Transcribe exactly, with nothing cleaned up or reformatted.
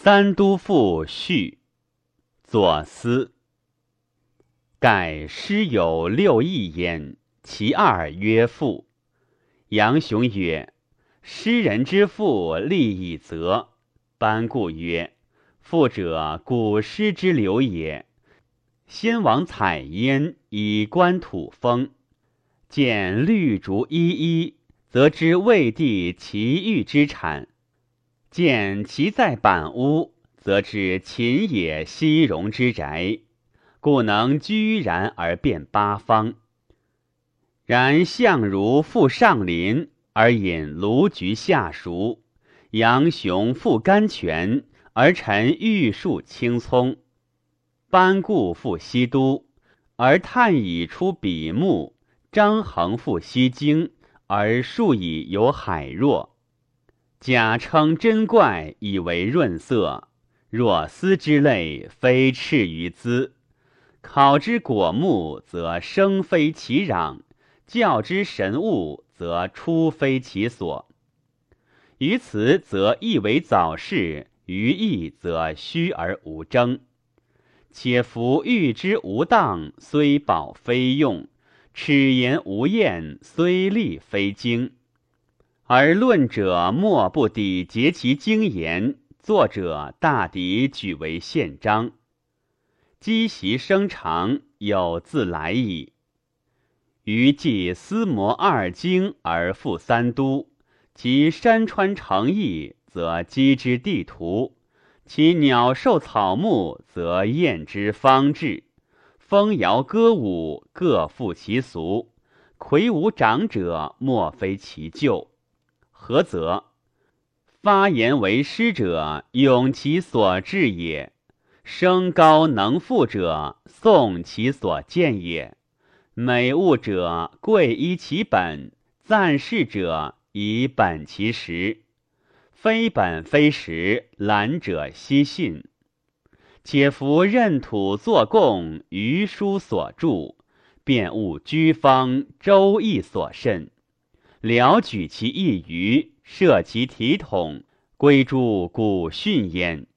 三都赋序，左思。盖诗有六艺焉，其二曰赋。杨雄曰：诗人之赋，立以则。班固曰：赋者，古诗之流也。先王采烟，以观土风。见绿竹依依，则知魏帝其玉之产；见其在板屋，则知秦也西戎之宅。故能居然而辨八方。然相如赴上林，而饮卢橘下熟；杨雄赴甘泉，而陈玉树青葱；班固赴西都，而探以出比目；张衡赴西京，而数以有海若。贾称珍怪，以为润色。若丝之类，非赤于兹。考之果目，则生非其壤；教之神物，则出非其所。于此则意为早逝，于义则虚而无争。且夫欲之无当，虽保非用；齿言无厌，虽利非精。而论者莫不抵结其精言，作者大抵举为宪章。积习生长，有自来矣。余既思摩二经而复三都，其山川城邑，则积之地图；其鸟兽草木，则验之方志；风摇歌舞，各复其俗；魁梧长者，莫非其咎。何则？发言为师者，咏其所至也；声高能赋者，颂其所见也；美物者，贵依其本；赞事者，以本其实。非本非实，览者悉信。且夫任土作贡，余书所著，便物居方，周易所甚。聊举其一隅，设其体统，归诸古训焉。